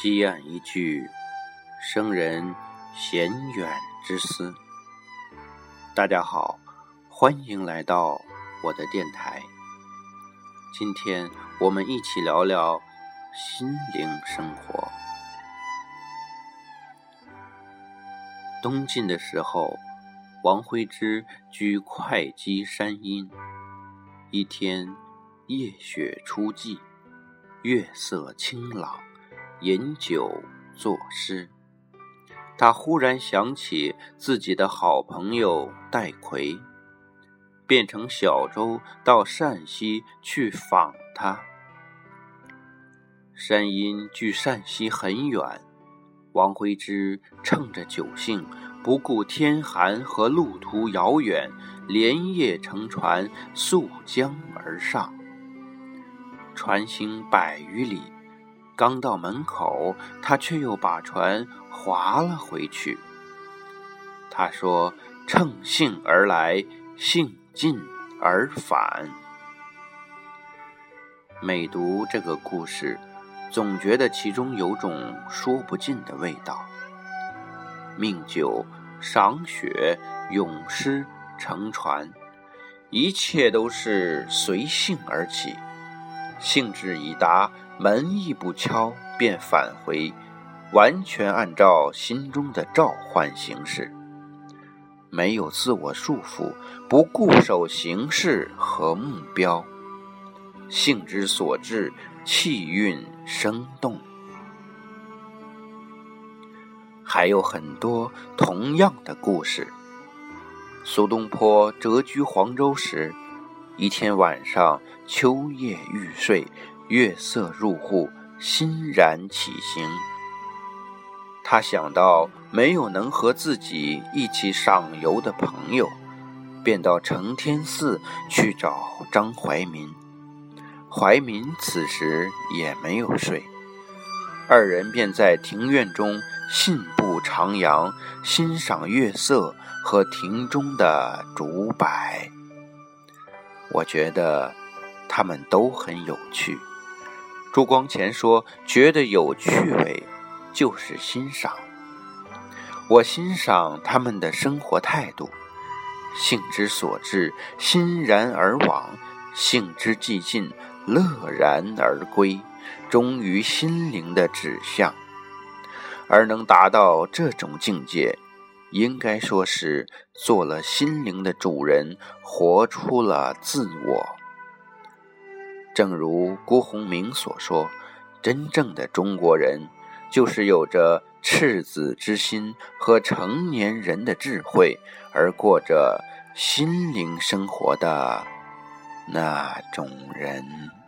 积案一句，生人闲远之思。大家好，欢迎来到我的电台。今天我们一起聊聊心灵生活。东晋的时候，王徽之居会稽山阴。一天夜雪初霁，月色清朗，饮酒作诗。他忽然想起自己的好朋友戴逵，便乘小舟到陕西去访他。山阴距陕西很远，王徽之趁着酒兴，不顾天寒和路途遥远，连夜乘船溯江而上。船行100余里，刚到门口，他却又把船划了回去。他说：乘兴而来，兴尽而返。每读这个故事，总觉得其中有种说不尽的味道。命酒、赏雪、咏诗、乘船，一切都是随兴而起。兴致已达，门亦不敲，便返回，完全按照心中的召唤行事，没有自我束缚，不固守形式和目标，兴之所至，气韵生动。还有很多同样的故事。苏东坡谪居黄州时，一天晚上，秋夜欲睡，月色入户，欣然起行。他想到没有能和自己一起赏游的朋友，便到承天寺去找张怀民。怀民此时也没有睡，二人便在庭院中信步徜徉，欣赏月色和庭中的竹柏。我觉得他们都很有趣。朱光潜说，觉得有趣味就是欣赏。我欣赏他们的生活态度，兴之所至，欣然而往，兴之既尽，乐然而归，忠于心灵的指向。而能达到这种境界，应该说是做了心灵的主人，活出了自我。正如辜鸿铭所说，真正的中国人就是有着赤子之心和成年人的智慧，而过着心灵生活的那种人。